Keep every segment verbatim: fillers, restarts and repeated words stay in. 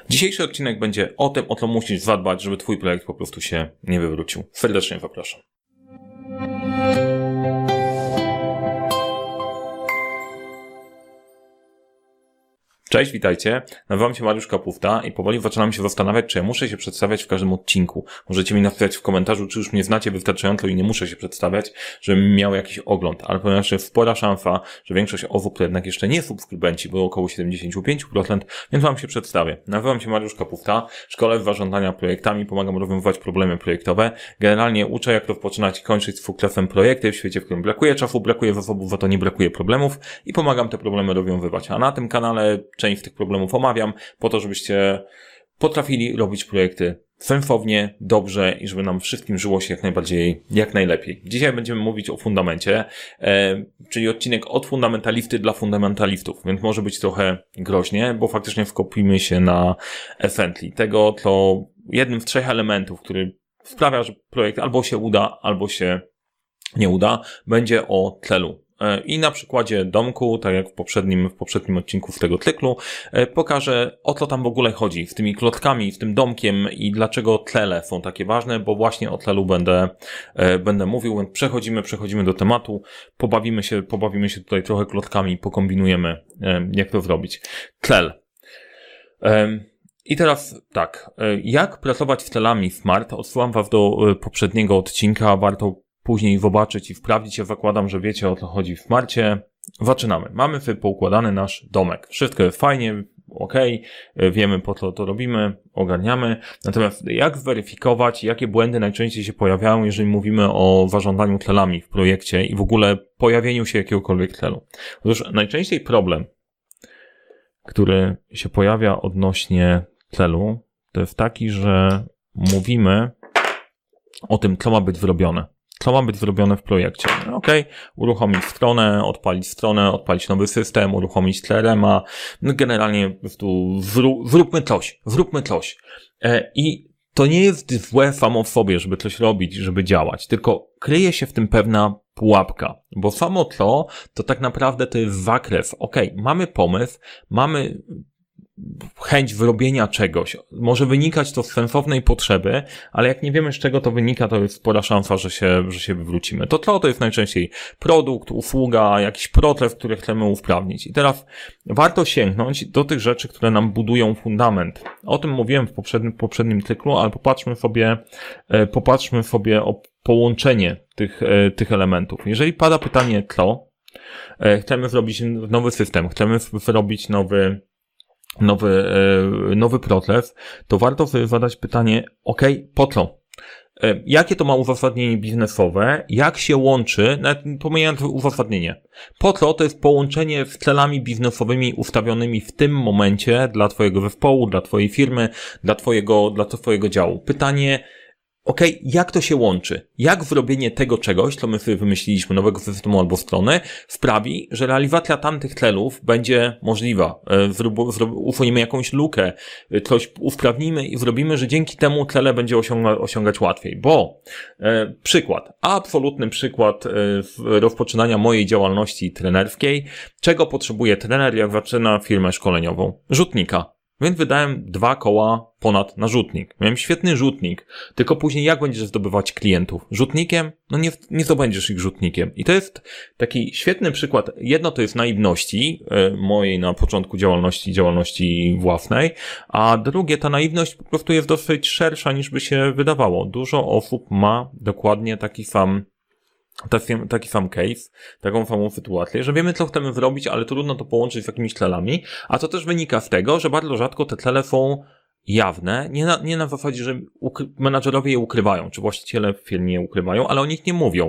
Dzisiejszy odcinek będzie o tym, o co musisz zadbać, żeby twój projekt po prostu się nie wywrócił. Serdecznie zapraszam. Cześć, witajcie. Nazywam się Mariusz Kapufta i powoli zaczynam się zastanawiać, czy ja muszę się przedstawiać w każdym odcinku. Możecie mi napisać w komentarzu, czy już mnie znacie wystarczająco i nie muszę się przedstawiać, żebym miał jakiś ogląd. Ale ponieważ jest spora szansa, że większość osób to jednak jeszcze nie subskrybenci, bo około siedemdziesiąt pięć procent, więc wam się przedstawię. Nazywam się Mariusz Kapufta, szkolę w zarządzania projektami, pomagam rozwiązywać problemy projektowe. Generalnie uczę, jak rozpoczynać i kończyć z sukcesem projekty w świecie, w którym brakuje czasu, brakuje zasobów, za to nie brakuje problemów i pomagam te problemy rozwiązywać. A na tym kanale część z tych problemów omawiam po to, żebyście potrafili robić projekty sensownie, dobrze i żeby nam wszystkim żyło się jak najbardziej, jak najlepiej. Dzisiaj będziemy mówić o fundamencie, e, czyli odcinek od fundamentalisty dla fundamentalistów, więc może być trochę groźnie, bo faktycznie skupimy się na essentially, tego, co jednym z trzech elementów, który sprawia, że projekt albo się uda, albo się nie uda, będzie o celu. I na przykładzie domku, tak jak w poprzednim, w poprzednim odcinku z tego cyklu, pokażę, o co tam w ogóle chodzi z tymi klockami, z tym domkiem i dlaczego tlele są takie ważne, bo właśnie o tlelu będę, będę mówił, więc przechodzimy, przechodzimy do tematu, pobawimy się, pobawimy się tutaj trochę klockami, pokombinujemy, jak to zrobić. Tlel. I teraz tak, jak pracować z tlelami Smart? Odsyłam was do poprzedniego odcinka, warto później zobaczyć i sprawdzić. Ja zakładam, że wiecie, o co chodzi w Smarcie. Zaczynamy. Mamy sobie poukładany nasz domek. Wszystko jest fajnie, okej, wiemy, po co to robimy, ogarniamy. Natomiast jak zweryfikować, jakie błędy najczęściej się pojawiają, jeżeli mówimy o zarządzaniu tlelami w projekcie i w ogóle pojawieniu się jakiegokolwiek tlelu? Otóż najczęściej problem, który się pojawia odnośnie tlelu, to jest taki, że mówimy o tym, co ma być zrobione. Co ma być zrobione w projekcie? Okej, okay. Uruchomić stronę, odpalić stronę, odpalić nowy system, uruchomić T R M-a. No generalnie po prostu zrób, zróbmy coś, zróbmy coś. E, I to nie jest złe samo w sobie, żeby coś robić, żeby działać, tylko kryje się w tym pewna pułapka, bo samo to, to tak naprawdę to jest zakres. Okej, okay, mamy pomysł, mamy chęć wyrobienia czegoś. Może wynikać to z sensownej potrzeby, ale jak nie wiemy, z czego to wynika, to jest spora szansa, że się, że się wywrócimy. To to, to jest najczęściej produkt, usługa, jakiś proces, który chcemy usprawnić. I teraz warto sięgnąć do tych rzeczy, które nam budują fundament. O tym mówiłem w poprzednim, w poprzednim cyklu, ale popatrzmy sobie, popatrzmy sobie o połączenie tych, tych elementów. Jeżeli pada pytanie co, chcemy zrobić nowy system, chcemy zrobić nowy nowy, nowy proces, to warto sobie zadać pytanie, ok, po co? Jakie to ma uzasadnienie biznesowe? Jak się łączy, nawet pomijając uzasadnienie, po co to jest połączenie z celami biznesowymi ustawionymi w tym momencie dla twojego zespołu, dla twojej firmy, dla twojego, dla twojego działu? Pytanie, okej, okay, jak to się łączy? Jak zrobienie tego czegoś, co my sobie wymyśliliśmy, nowego systemu albo strony, sprawi, że realizacja tamtych celów będzie możliwa? Ufolimy jakąś lukę, coś usprawnimy i zrobimy, że dzięki temu cele będzie osiąga, osiągać łatwiej. Bo e, przykład, absolutny przykład e, rozpoczynania mojej działalności trenerskiej. Czego potrzebuje trener, jak zaczyna firmę szkoleniową? Rzutnika. Więc wydałem dwa koła ponad na rzutnik. Miałem świetny rzutnik, tylko później jak będziesz zdobywać klientów? Rzutnikiem? No nie, nie zdobędziesz ich rzutnikiem. I to jest taki świetny przykład. Jedno to jest naiwności y, mojej na początku działalności, działalności własnej, a drugie, ta naiwność po prostu jest dosyć szersza niż by się wydawało. Dużo osób ma dokładnie taki sam Taki, taki sam case, taką samą sytuację, że wiemy, co chcemy zrobić, ale trudno to połączyć z jakimiś celami, a to też wynika z tego, że bardzo rzadko te cele są jawne, nie na, nie na zasadzie, że ukry- menadżerowie je ukrywają, czy właściciele firm je ukrywają, ale o nich nie mówią.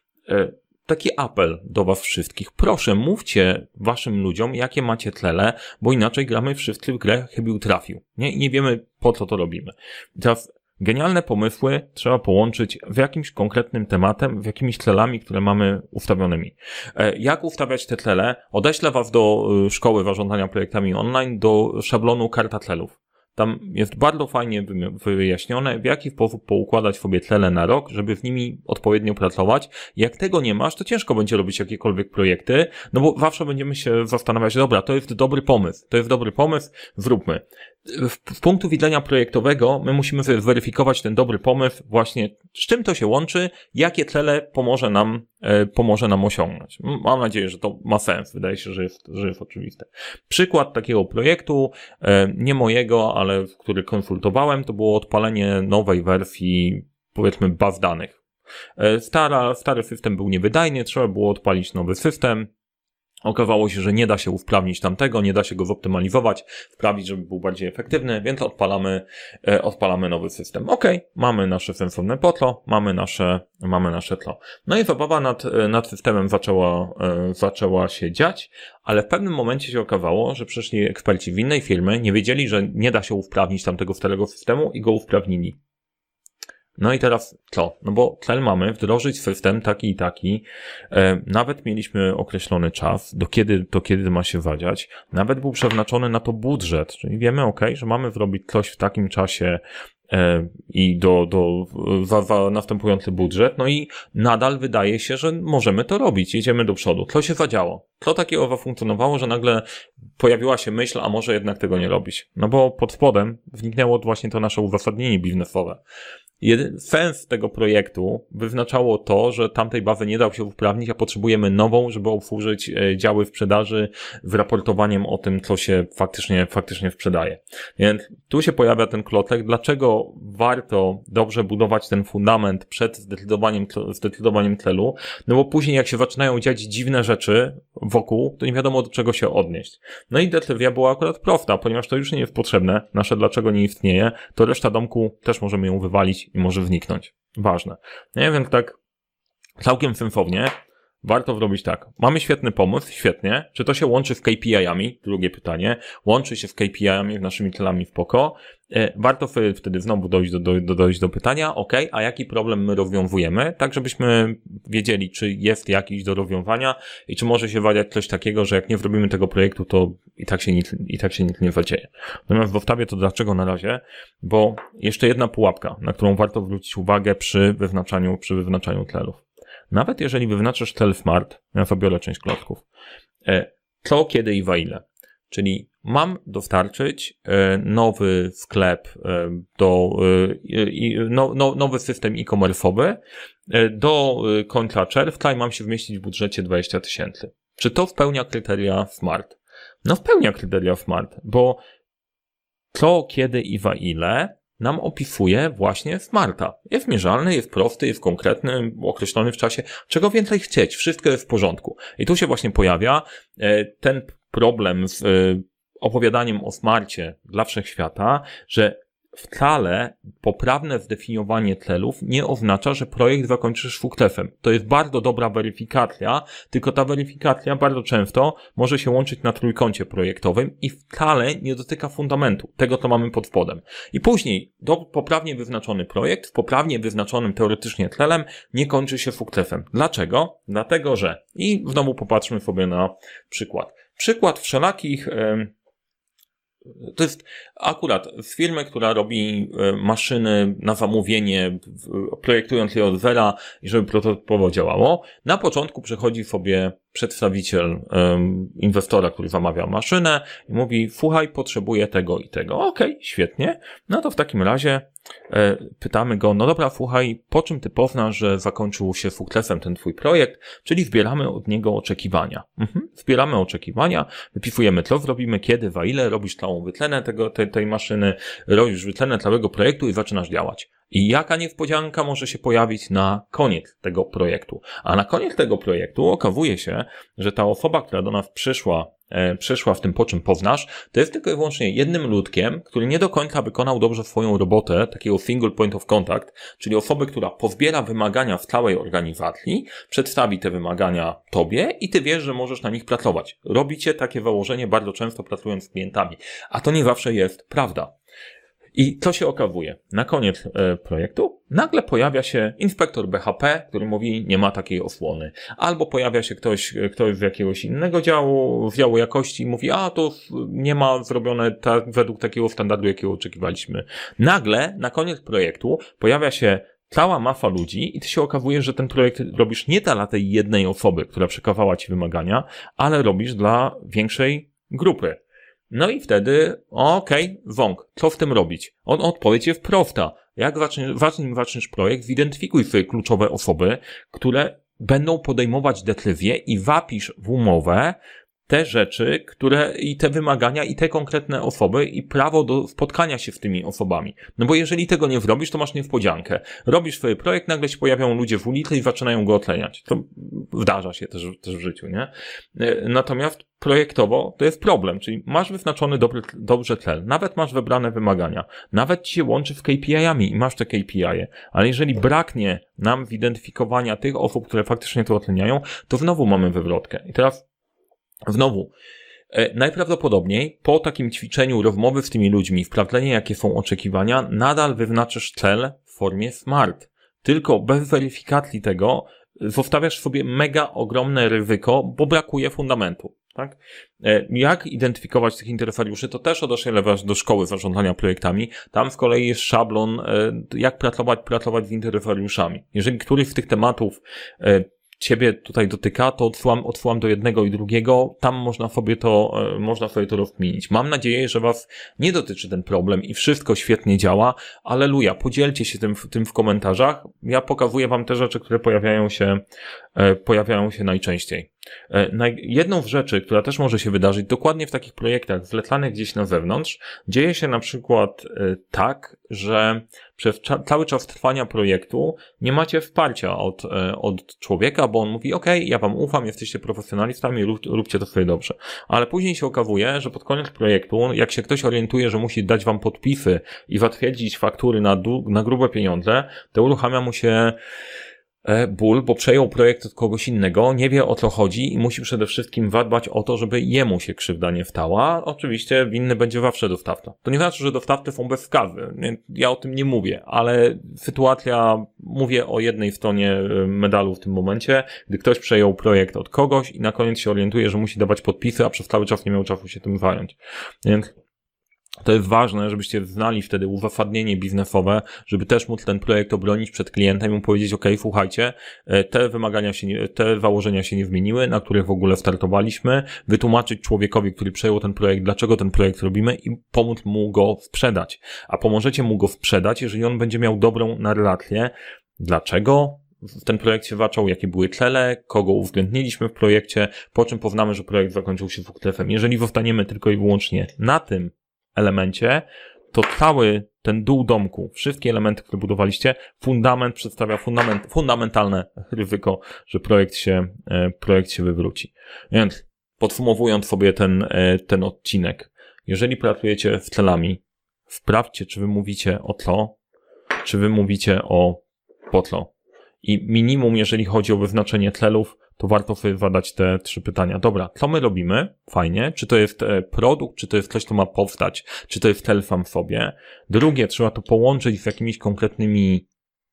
E, taki apel do was wszystkich. Proszę, mówcie waszym ludziom, jakie macie cele, bo inaczej gramy wszyscy w grę chybił trafił. Nie? I nie wiemy, po co to robimy. Teraz genialne pomysły trzeba połączyć w jakimś konkretnym tematem, w jakimiś celami, które mamy ustawionymi. Jak ustawiać te cele? Odeślę was do szkoły zarządzania projektami online, do szablonu karta celów. Tam jest bardzo fajnie wyjaśnione, w jaki sposób poukładać sobie cele na rok, żeby z nimi odpowiednio pracować. Jak tego nie masz, to ciężko będzie robić jakiekolwiek projekty, no bo zawsze będziemy się zastanawiać, dobra, to jest dobry pomysł, to jest dobry pomysł, zróbmy. z punktu widzenia projektowego my musimy weryfikować ten dobry pomysł właśnie, z czym to się łączy, jakie cele pomoże nam, e, pomoże nam osiągnąć. Mam nadzieję, że to ma sens. Wydaje się, że jest, że jest oczywiste. Przykład takiego projektu, e, nie mojego, ale który konsultowałem, to było odpalenie nowej wersji, powiedzmy, baz danych. E, stara, stary system był niewydajny, trzeba było odpalić nowy system. Okazało się, że nie da się usprawnić tamtego, nie da się go zoptymalizować, sprawić, żeby był bardziej efektywny, więc odpalamy, e, odpalamy nowy system. Ok, mamy nasze sensowne potlo, mamy nasze, mamy nasze tlo. No i zabawa nad, nad systemem zaczęła, e, zaczęła się dziać, ale w pewnym momencie się okazało, że przyszli eksperci w innej firmy, nie wiedzieli, że nie da się usprawnić tamtego starego systemu i go usprawnili. No i teraz co? No bo cel mamy wdrożyć system taki i taki. E, nawet mieliśmy określony czas, do kiedy, do kiedy ma się wadziać. Nawet był przeznaczony na to budżet, czyli wiemy, ok, że mamy zrobić coś w takim czasie e, i do, do, za, za następujący budżet. No i nadal wydaje się, że możemy to robić. Jedziemy do przodu. Co się zadziało? Co takiego zafunkcjonowało, że nagle pojawiła się myśl, a może jednak tego nie robić? No bo pod spodem wniknęło właśnie to nasze uzasadnienie biznesowe. Jeden, sens tego projektu wyznaczało to, że tamtej bazy nie dał się usprawnić, a potrzebujemy nową, żeby obsłużyć e, działy sprzedaży z raportowaniem o tym, co się faktycznie, faktycznie sprzedaje. Więc tu się pojawia ten klotek, dlaczego warto dobrze budować ten fundament przed zdecydowaniem, zdecydowaniem celu, no bo później jak się zaczynają dziać dziwne rzeczy wokół, to nie wiadomo do czego się odnieść. No i decyzja była akurat prosta, ponieważ to już nie jest potrzebne, nasze dlaczego nie istnieje, to reszta domku też możemy ją wywalić i może zniknąć. Ważne. Nie wiem, tak całkiem sensownie warto zrobić tak. Mamy świetny pomysł, świetnie. Czy to się łączy z K P I-ami? Drugie pytanie. Łączy się z K P I-ami, z naszymi celami w poko. Warto wtedy znowu dojść do, do, do, dojść do pytania, ok, a jaki problem my rozwiązujemy? Tak, żebyśmy wiedzieli, czy jest jakiś do rozwiązania i czy może się wadziać coś takiego, że jak nie zrobimy tego projektu, to i tak się nic, i tak się nic nie zadzieje. Natomiast zostawię to dlaczego na razie, bo jeszcze jedna pułapka, na którą warto zwrócić uwagę przy wyznaczaniu, przy wyznaczaniu celów. Nawet jeżeli wyznaczasz cel SMART, ja zabiorę część klocków, co, kiedy i za ile. Czyli mam dostarczyć nowy sklep, do, no, no, nowy system e-commerce'owy do końca czerwca i mam się wmieścić w budżecie dwadzieścia tysięcy. Czy to spełnia kryteria SMART? No spełnia kryteria SMART, bo co, kiedy i za ile nam opisuje właśnie SMART-a. Jest mierzalny, jest prosty, jest konkretny, określony w czasie. Czego więcej chcieć? Wszystko jest w porządku. I tu się właśnie pojawia ten problem z opowiadaniem o SMART-cie dla wszechświata, że wcale poprawne zdefiniowanie celów nie oznacza, że projekt zakończysz sukcesem. To jest bardzo dobra weryfikacja, tylko ta weryfikacja bardzo często może się łączyć na trójkącie projektowym i wcale nie dotyka fundamentu, tego co mamy pod spodem. I później do, poprawnie wyznaczony projekt z poprawnie wyznaczonym teoretycznie celem nie kończy się sukcesem. Dlaczego? Dlatego, że i znowu popatrzmy sobie na przykład. Przykład wszelakich yy, To jest akurat z firmy, która robi maszyny na zamówienie, projektując je od zera i żeby prototypowo działało. Na początku przychodzi sobie przedstawiciel um, inwestora, który zamawia maszynę i mówi, słuchaj, potrzebuję tego i tego. Okej, okay, świetnie. No to w takim razie e, pytamy go, no dobra, słuchaj, po czym ty poznasz, że zakończył się sukcesem ten twój projekt, czyli zbieramy od niego oczekiwania. Mhm. Zbieramy oczekiwania, wypisujemy co zrobimy, kiedy, za ile, robisz całą wytlenę tego, tej, tej maszyny, robisz wytlenę całego projektu i zaczynasz działać. I jaka niespodzianka może się pojawić na koniec tego projektu? A na koniec tego projektu okazuje się, że ta osoba, która do nas przyszła, e, przyszła w tym po czym poznasz, to jest tylko i wyłącznie jednym ludkiem, który nie do końca wykonał dobrze swoją robotę, takiego single point of contact, czyli osoby, która pozbiera wymagania w całej organizacji, przedstawi te wymagania tobie i ty wiesz, że możesz na nich pracować. Robicie takie założenie bardzo często pracując z klientami, a to nie zawsze jest prawda. I co się okazuje? Na koniec e, projektu nagle pojawia się inspektor B H P, który mówi, nie ma takiej osłony. Albo pojawia się ktoś, ktoś z jakiegoś innego działu, z działu jakości i mówi, a to nie ma zrobione tak, według takiego standardu, jakiego oczekiwaliśmy. Nagle na koniec projektu pojawia się cała masa ludzi i ty się okazuje, że ten projekt robisz nie dla tej jednej osoby, która przekazała ci wymagania, ale robisz dla większej grupy. No i wtedy, okej, okay, wąk, co w tym robić? On odpowiedź jest prosta. Jak ważny zaczniesz projekt, zidentyfikuj sobie kluczowe osoby, które będą podejmować decyzje i wapisz w umowę te rzeczy, które i te wymagania i te konkretne osoby i prawo do spotkania się z tymi osobami. No bo jeżeli tego nie zrobisz, to masz niespodziankę. Robisz swój projekt, nagle się pojawiają ludzie w ulicy i zaczynają go oceniać. To zdarza się też, też w życiu, nie? Natomiast projektowo to jest problem, czyli masz wyznaczony dobry, dobrze cel, nawet masz wybrane wymagania, nawet ci się łączy z K P I-ami i masz te K P I-e, ale jeżeli braknie nam zidentyfikowania tych osób, które faktycznie to oceniają, to znowu mamy wywrotkę. I teraz Znowu, e, najprawdopodobniej po takim ćwiczeniu rozmowy z tymi ludźmi, sprawdzenie jakie są oczekiwania, nadal wyznaczysz cel w formie SMART. Tylko bez weryfikacji tego zostawiasz sobie mega ogromne ryzyko, bo brakuje fundamentu. Tak? E, jak identyfikować tych interesariuszy, to też odeszły do szkoły zarządzania projektami. Tam z kolei jest szablon, e, jak pracować, pracować z interesariuszami. Jeżeli któryś z tych tematów e, Ciebie tutaj dotyka, to odsyłam, odsyłam do jednego i drugiego, tam można sobie to, e, można sobie to rozkminić. Mam nadzieję, że Was nie dotyczy ten problem i wszystko świetnie działa. Alleluja, podzielcie się tym, tym w komentarzach. Ja pokazuję Wam te rzeczy, które pojawiają się, e, pojawiają się najczęściej. E, jedną z rzeczy, która też może się wydarzyć dokładnie w takich projektach zlecanych gdzieś na zewnątrz, dzieje się na przykład e, tak, że przez cza- cały czas trwania projektu nie macie wsparcia od, e, od człowieka, bo on mówi, ok, ja Wam ufam, jesteście profesjonalistami, rób, róbcie to sobie dobrze. Ale później się okazuje, że pod koniec projektu, jak się ktoś orientuje, że musi dać Wam podpisy i zatwierdzić faktury na, du- na grube pieniądze, to uruchamia mu się ból, bo przejął projekt od kogoś innego, nie wie o co chodzi i musi przede wszystkim zadbać o to, żeby jemu się krzywda nie stała. Oczywiście winny będzie zawsze dostawca. To nie znaczy, że dostawcy są bezkarni. Ja o tym nie mówię, ale sytuacja, mówię o jednej stronie medalu w tym momencie, gdy ktoś przejął projekt od kogoś i na koniec się orientuje, że musi dawać podpisy, a przez cały czas nie miał czasu się tym zająć. Więc to jest ważne, żebyście znali wtedy uzasadnienie biznesowe, żeby też móc ten projekt obronić przed klientem i mu powiedzieć, ok, słuchajcie, te wymagania się nie, te założenia się nie zmieniły, na których w ogóle startowaliśmy, wytłumaczyć człowiekowi, który przejął ten projekt, dlaczego ten projekt robimy i pomóc mu go sprzedać. A pomożecie mu go sprzedać, jeżeli on będzie miał dobrą narrację, dlaczego ten projekt się zaczął, jakie były cele, kogo uwzględniliśmy w projekcie, po czym poznamy, że projekt zakończył się sukcesem. Jeżeli zostaniemy tylko i wyłącznie na tym elemencie, to cały ten dół domku, wszystkie elementy, które budowaliście, fundament przedstawia fundament, fundamentalne ryzyko, że projekt się, projekt się wywróci. Więc podsumowując sobie ten, ten odcinek, jeżeli pracujecie z celami, sprawdźcie, czy wy mówicie o co, czy wy mówicie o po co. I minimum, jeżeli chodzi o wyznaczenie celów, to warto sobie zadać te trzy pytania. Dobra, co my robimy? Fajnie. Czy to jest produkt, czy to jest coś, co ma powstać, czy to jest cel sam w sobie? Drugie, trzeba to połączyć z jakimiś konkretnymi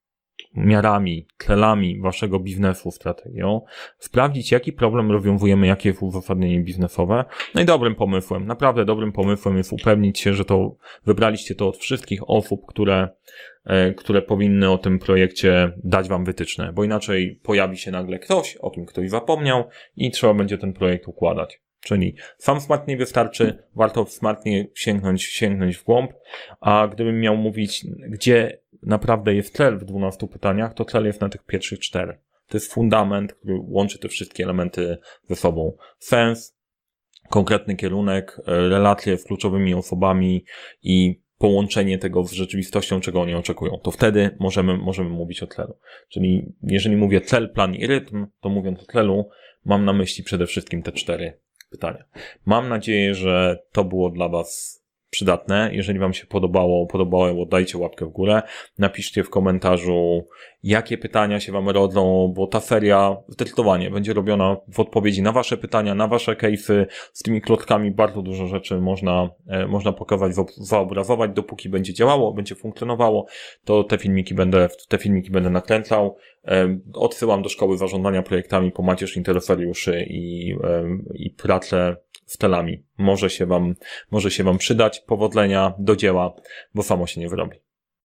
miarami, celami waszego biznesu, strategią. Sprawdzić, jaki problem rozwiązujemy, jakie jest uzasadnienie biznesowe. No i dobrym pomysłem, naprawdę dobrym pomysłem jest upewnić się, że to wybraliście to od wszystkich osób, które które powinny o tym projekcie dać wam wytyczne, bo inaczej pojawi się nagle ktoś, o kim ktoś zapomniał i trzeba będzie ten projekt układać. Czyli sam smart nie wystarczy, warto smartnie sięgnąć, sięgnąć w głąb, a gdybym miał mówić, gdzie naprawdę jest cel w dwunastu pytaniach, to cel jest na tych pierwszych czterech. To jest fundament, który łączy te wszystkie elementy ze sobą. Sens, konkretny kierunek, relacje z kluczowymi osobami i połączenie tego z rzeczywistością, czego oni oczekują. To wtedy możemy, możemy mówić o celu. Czyli jeżeli mówię cel, plan i rytm, to mówiąc o celu, mam na myśli przede wszystkim te cztery pytania. Mam nadzieję, że to było dla was przydatne. Jeżeli wam się podobało, podobało, dajcie łapkę w górę. Napiszcie w komentarzu, jakie pytania się wam rodzą, bo ta seria zdecydowanie będzie robiona w odpowiedzi na wasze pytania, na wasze case'y. Z tymi klockami bardzo dużo rzeczy można, e, można pokazać, wyobrazować. Dopóki będzie działało, będzie funkcjonowało, to te filmiki będę, te filmiki będę nakręcał. E, odsyłam do szkoły zarządzania projektami po macierz interesariuszy i, e, i pracę z celami. Może się wam, może się wam przydać. Powodzenia do dzieła, bo samo się nie wyrobi.